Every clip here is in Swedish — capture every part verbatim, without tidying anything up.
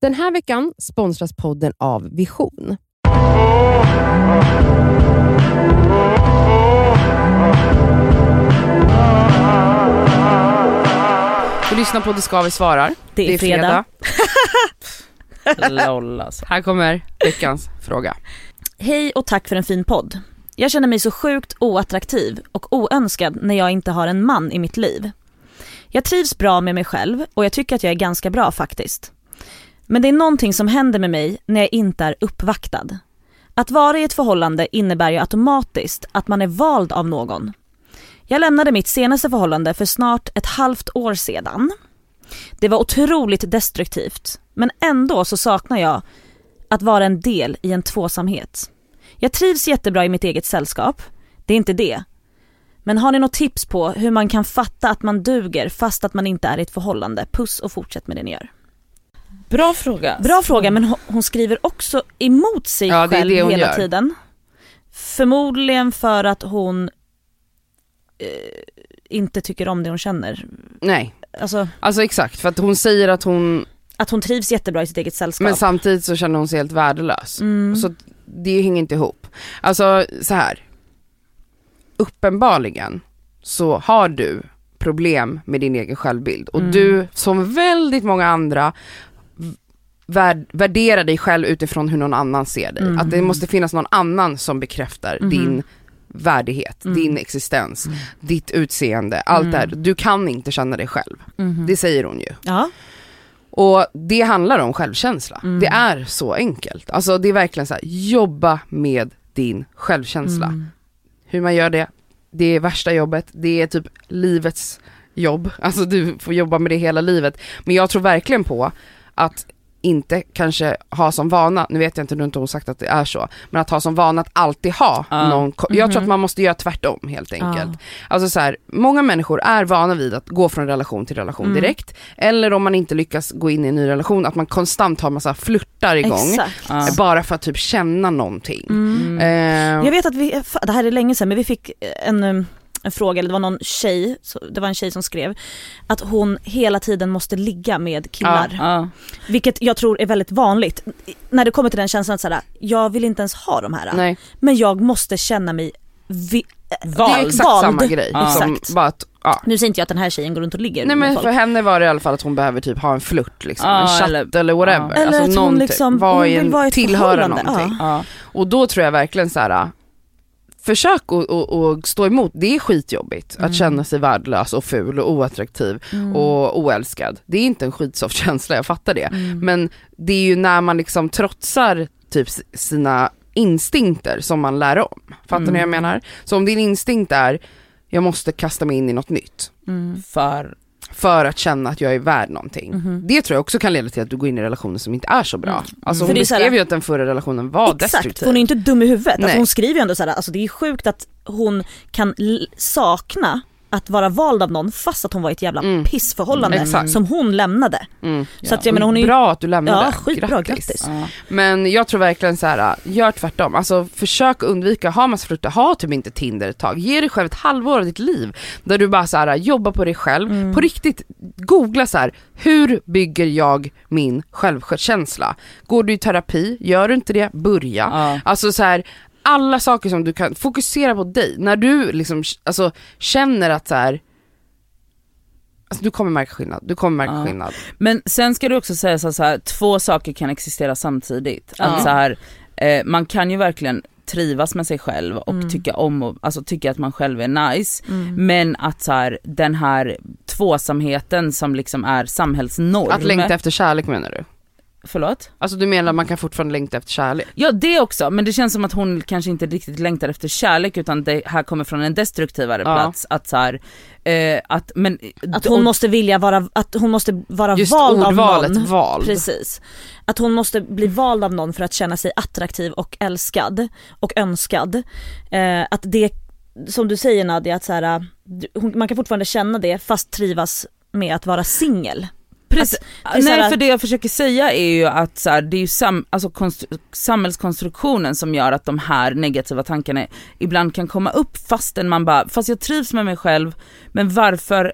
Den här veckan sponsras podden av Vision. Du lyssnar på Det ska vi svarar. Det är, det är fredag. fredag. Lol, alltså. Här kommer veckans fråga. Hej och tack för en fin podd. Jag känner mig så sjukt oattraktiv och oönskad när jag inte har en man i mitt liv. Jag trivs bra med mig själv och jag tycker att jag är ganska bra faktiskt. Men det är någonting som händer med mig när jag inte är uppvaktad. Att vara i ett förhållande innebär ju automatiskt att man är vald av någon. Jag lämnade mitt senaste förhållande för snart ett halvt år sedan. Det var otroligt destruktivt, men ändå så saknar jag att vara en del i en tvåsamhet. Jag trivs jättebra i mitt eget sällskap, det är inte det. Men har ni något tips på hur man kan fatta att man duger fast att man inte är i ett förhållande? Puss och fortsätt med det ni gör. Bra fråga. Bra fråga, men hon skriver också emot sig ja, själv det det hela gör. tiden. Förmodligen för att hon eh, inte tycker om det hon känner. Nej, alltså, alltså exakt. För att hon säger att hon... Att hon trivs jättebra i sitt eget sällskap. Men samtidigt så känner hon sig helt värdelös. Mm. Så det hänger inte ihop. Alltså så här. Uppenbarligen så har du problem med din egen självbild. Och Mm. du, som väldigt många andra, värd, värderar dig själv utifrån hur någon annan ser dig. Mm. Att det måste finnas någon annan som bekräftar Mm. din värdighet, Mm. din existens, Mm. ditt utseende, allt Mm. det här. Du kan inte känna dig själv. Mm. Det säger hon ju. Ja. Och det handlar om självkänsla. Mm. Det är så enkelt. Alltså det är verkligen så här, jobba med din självkänsla. Mm. Hur man gör det, det är värsta jobbet. Det är typ livets jobb. Alltså du får jobba med det hela livet. Men jag tror verkligen på att inte kanske ha som vana, nu vet jag inte, du har inte sagt att det är så, men att ha som vana att alltid ha Ja. någon, jag tror Mhm. att man måste göra tvärtom helt enkelt. Ja. Alltså så här, många människor är vana vid att gå från relation till relation Mm. direkt, eller om man inte lyckas gå in i en ny relation, att man konstant har massa flirtar igång. Exakt. Eh, bara för att typ känna någonting. Mm. Eh, Jag vet att vi, det här är länge sedan, men vi fick en, en fråga, eller det var någon tjej, det var en tjej som skrev att hon hela tiden måste ligga med killar. Ja. Vilket jag tror är väldigt vanligt. När det kommer till den känslan att såhär, jag vill inte ens ha de här. Nej. Men jag måste känna mig vi, Det är exakt vald. samma grej. Ja. Som Exakt. bara att, ja. Nu säger inte jag att den här tjejen går runt och ligger Nej, med men folk. för henne var det i alla fall att hon behöver typ ha en flört liksom, Ja, en chatt eller- eller, whatever. Eller alltså att hon någon liksom- typ, var hon i vill en, vara i ett tillhöra förhållande. någonting. Ja. Och då tror jag verkligen så här. Försök att och, och stå emot. Det är skitjobbigt Mm. att känna sig värdelös och ful och oattraktiv Mm. och oälskad. Det är inte en skitsoft känsla, jag fattar det. Mm. Men det är ju när man liksom trotsar typ s- sina instinkter som man lär om. Fattar Mm. ni vad jag menar? Så om din instinkt är jag måste kasta mig in i något nytt Mm. För för att känna att jag är värd någonting. Mhm. Det tror jag också kan leda till att du går in i relationer som inte är så bra. Mm. Alltså För hon det är så här- beskrev ju att den förra relationen var Exakt, destruktiv. hon är inte dum i huvudet. Alltså Nej. hon skriver ju ändå såhär, alltså det är sjukt att hon kan l- sakna att vara vald av någon fast att hon var i ett jävla Mm. pissförhållande Exakt. som hon lämnade. Mm. Så att jag menar, hon är ju... Bra att du lämnade. Ja, skitbra, grattis. ja. Men jag tror verkligen så här, gör tvärtom. Alltså försök undvika, ha massa frukter, ha typ inte Tinder ett tag. Ge dig själv ett halvår av ditt liv där du bara så här, jobbar på dig själv. Mm. På riktigt, googla så här, hur bygger jag min självkänsla? Går du i terapi? Gör du inte det? Börja. Ja. Alltså så här, alla saker som du kan fokusera på dig. När du liksom alltså känner att så här, alltså du kommer märka skillnad. Du kommer märka Ja. skillnad. Men sen ska du också säga så så här, två saker kan existera samtidigt. Ja. Att så här, eh, man kan ju verkligen trivas med sig själv och Mm. tycka om och, alltså tycka att man själv är nice, Mm. men att så här, den här tvåsamheten som liksom är samhällsnorm. Att längta efter kärlek menar du? Förlåt? Alltså du menar att man kan fortfarande längta efter kärlek? Ja, det också, men det känns som att hon kanske inte riktigt längtar efter kärlek, utan det här kommer från en destruktivare Ja. plats. Att så här, eh, att, men, Att hon och- måste vilja vara, att hon måste vara Just vald av ordvalet någon. vald. Precis. Att hon måste bli vald av någon för att känna sig attraktiv och älskad och önskad. Eh, att det, som du säger Nadia, att så här, du- hon, man kan fortfarande känna det fast trivas med att vara singel. Precis. Att det är så Nej, här- för det jag försöker säga är ju att så här, det är ju sam, alltså konstru- samhällskonstruktionen som gör att de här negativa tankarna ibland kan komma upp fastän man bara, fast jag trivs med mig själv, men varför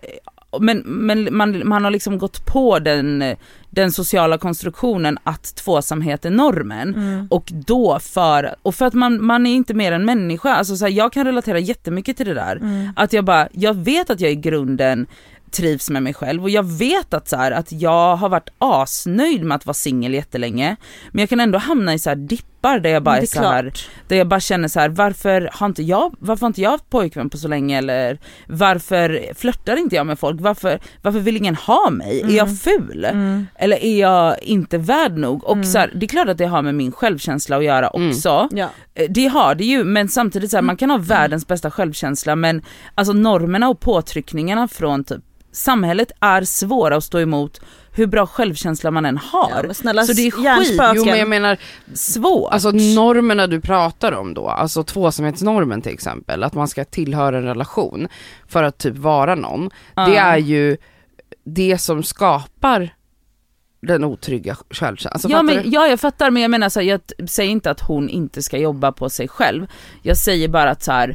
men, men man, man har liksom gått på den, den sociala konstruktionen att tvåsamhet är normen. Mm. Och då för, och för att man, man är inte mer än människa. Alltså så här, jag kan relatera jättemycket till det där. Mm. Att jag bara, jag vet att jag i grunden trivs med mig själv och jag vet att så här, att jag har varit asnöjd med att vara singel jättelänge, men jag kan ändå hamna i så här dippar där jag bara är, är så här, där jag bara känner så här, varför har inte jag varför har inte jag haft pojkvän på så länge, eller varför flörtar inte jag med folk, varför varför vill ingen ha mig, mm. är jag ful mm. eller är jag inte värd nog, och mm. så här, det är klart att det har med min självkänsla att göra också. Mm. Ja. Det har det ju, men samtidigt så här, man kan ha världens bästa självkänsla, men alltså normerna och påtryckningarna från typ samhället är svåra att stå emot hur bra självkänsla man än har. Ja, snälla, så det är skit. Jo, men jag menar svårt. Alltså normerna du pratar om då, alltså tvåsamhetsnormen till exempel, att man ska tillhöra en relation för att typ vara någon. Ja. Det är ju det som skapar den otrygga självkänslan. Alltså, ja, men, ja, jag fattar, men jag menar så här, jag säger inte att hon inte ska jobba på sig själv. Jag säger bara att så här,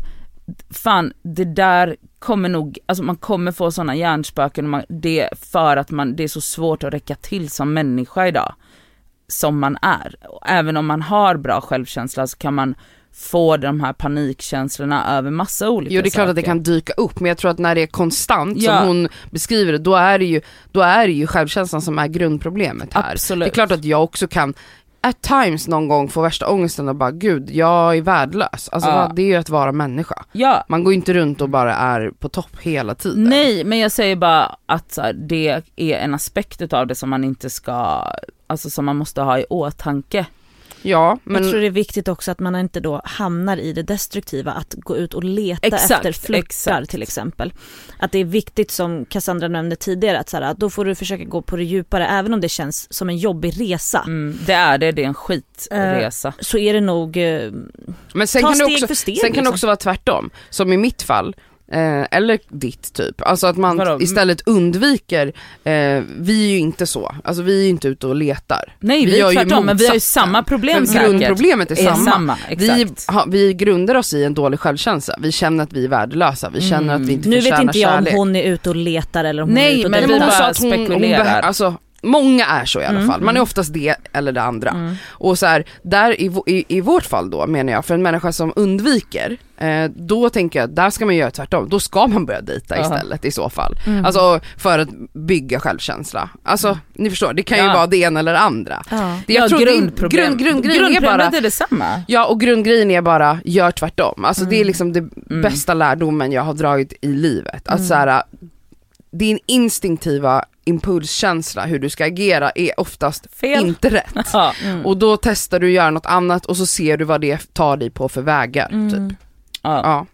fan, det där kommer nog, alltså man kommer få såna hjärnspöken, man, det för att man, det är så svårt att räcka till som människa idag som man är. Även om man har bra självkänsla så kan man få de här panikkänslorna över massa olika saker. Jo, det är klart saker. Att det kan dyka upp, men jag tror att när det är konstant, ja. som hon beskriver det, då är det ju, då är det ju självkänslan som är grundproblemet här. Absolut. Det är klart att jag också kan at times någon gång få värsta ångesten och bara, gud, jag är värdelös. Alltså ja. det är ju att vara människa. Ja. Man går inte runt och bara är på topp hela tiden. Nej, men jag säger bara att så här, det är en aspekt av det som man inte ska, alltså som man måste ha i åtanke. Ja, men jag tror det är viktigt också att man inte då hamnar i det destruktiva, att gå ut och leta exakt, efter flörtar till exempel. Att det är viktigt, som Cassandra nämnde tidigare, att, så här, att då får du försöka gå på det djupare, även om det känns som en jobbig resa. Mm, det är det, det är en skitresa. Uh, så är det nog uh, men sen ta kan steg det också, för steg. Sen kan liksom. det också vara tvärtom, som i mitt fall. Eh, eller ditt typ. Alltså att man Vadå? istället undviker eh, vi är ju inte så. Alltså vi är ju inte ute och letar. Nej, vi, vi är tvärtom, men vi har ju samma problem. Men grundproblemet är, är samma, samma vi, ha, vi grundar oss i en dålig självkänsla. Vi känner att vi är värdelösa. Vi känner mm. att vi inte nu förtjänar vet inte jag kärlek. om hon är ute och letar eller om hon Nej, är ute och men vi bara spekulerar. Alltså många är så i alla mm, fall. Man är oftast det eller det andra. Mm. Och så här, där i, i, i vårt fall då menar jag, för en människa som undviker, eh, då tänker jag, där ska man göra tvärtom. Då ska man börja dejta uh-huh. istället i så fall. Mm. Alltså för att bygga självkänsla. Alltså, mm. ni förstår, det kan ju ja. vara det ena eller det andra. Ja. Det, jag ja, tror grundproblem. Grund, grundgrejen är bara, är detsamma. Ja, och grundgrejen är bara, gör tvärtom. Alltså mm. det är liksom det mm. bästa lärdomen jag har dragit i livet. Att mm. så här, din instinktiva impulskänsla hur du ska agera är oftast fel. Inte rätt. Ja. Mm. Och då testar du att göra något annat och så ser du vad det tar dig på för vägar. Mm. Typ. Ja. Ja.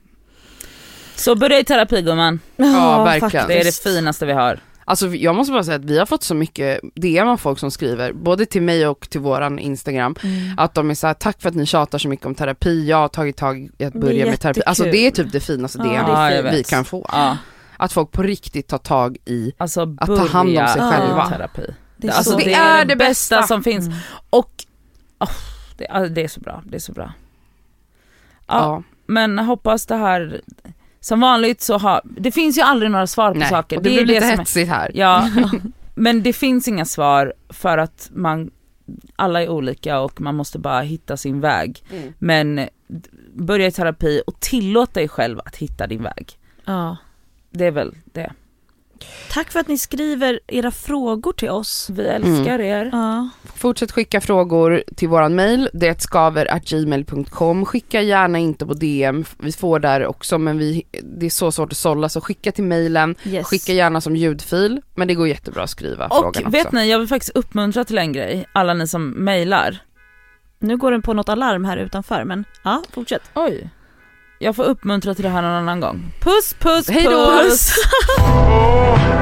Så börja i terapi, gumman. Ja, ja, verkligen. Faktiskt. Det är det finaste vi har. Alltså jag måste bara säga att vi har fått så mycket D M av folk som skriver, både till mig och till våran Instagram, mm. att de är så här, tack för att ni tjatar så mycket om terapi, jag har tagit tag i att börja med terapi. Alltså det är typ det finaste D M ja, vi kan få. Ja. Att folk på riktigt tar tag i alltså, att ta hand om sig själva. Terapi. Det är, alltså, det, det är det bästa. bästa som finns. Mm. Och oh, det, det är så bra, det är så bra. Ja, ja. Men hoppas det här, som vanligt så har, det finns ju aldrig några svar på Nej, saker. Och det, det blir lite hetsigt här. Ja, men det finns inga svar för att man, alla är olika och man måste bara hitta sin väg. Mm. Men börja i terapi och tillåt dig själv att hitta din väg. Ja. Det är väl det. Tack för att ni skriver era frågor till oss. Vi älskar mm. er. Ja. Fortsätt skicka frågor till våran mail, det skaver at gmail punkt com. Skicka gärna inte på D M, vi får där också, men vi, det är så svårt att sålla, så skicka till mailen. Yes. Skicka gärna som ljudfil, men det går jättebra att skriva och frågan också. Och vet ni, jag vill faktiskt uppmuntra till en grej, alla ni som mailar. Nu går den på något alarm här utanför, men ja, fortsätt. Oj. Jag får uppmuntra till det här någon annan gång. Puss, puss, Hej då. puss!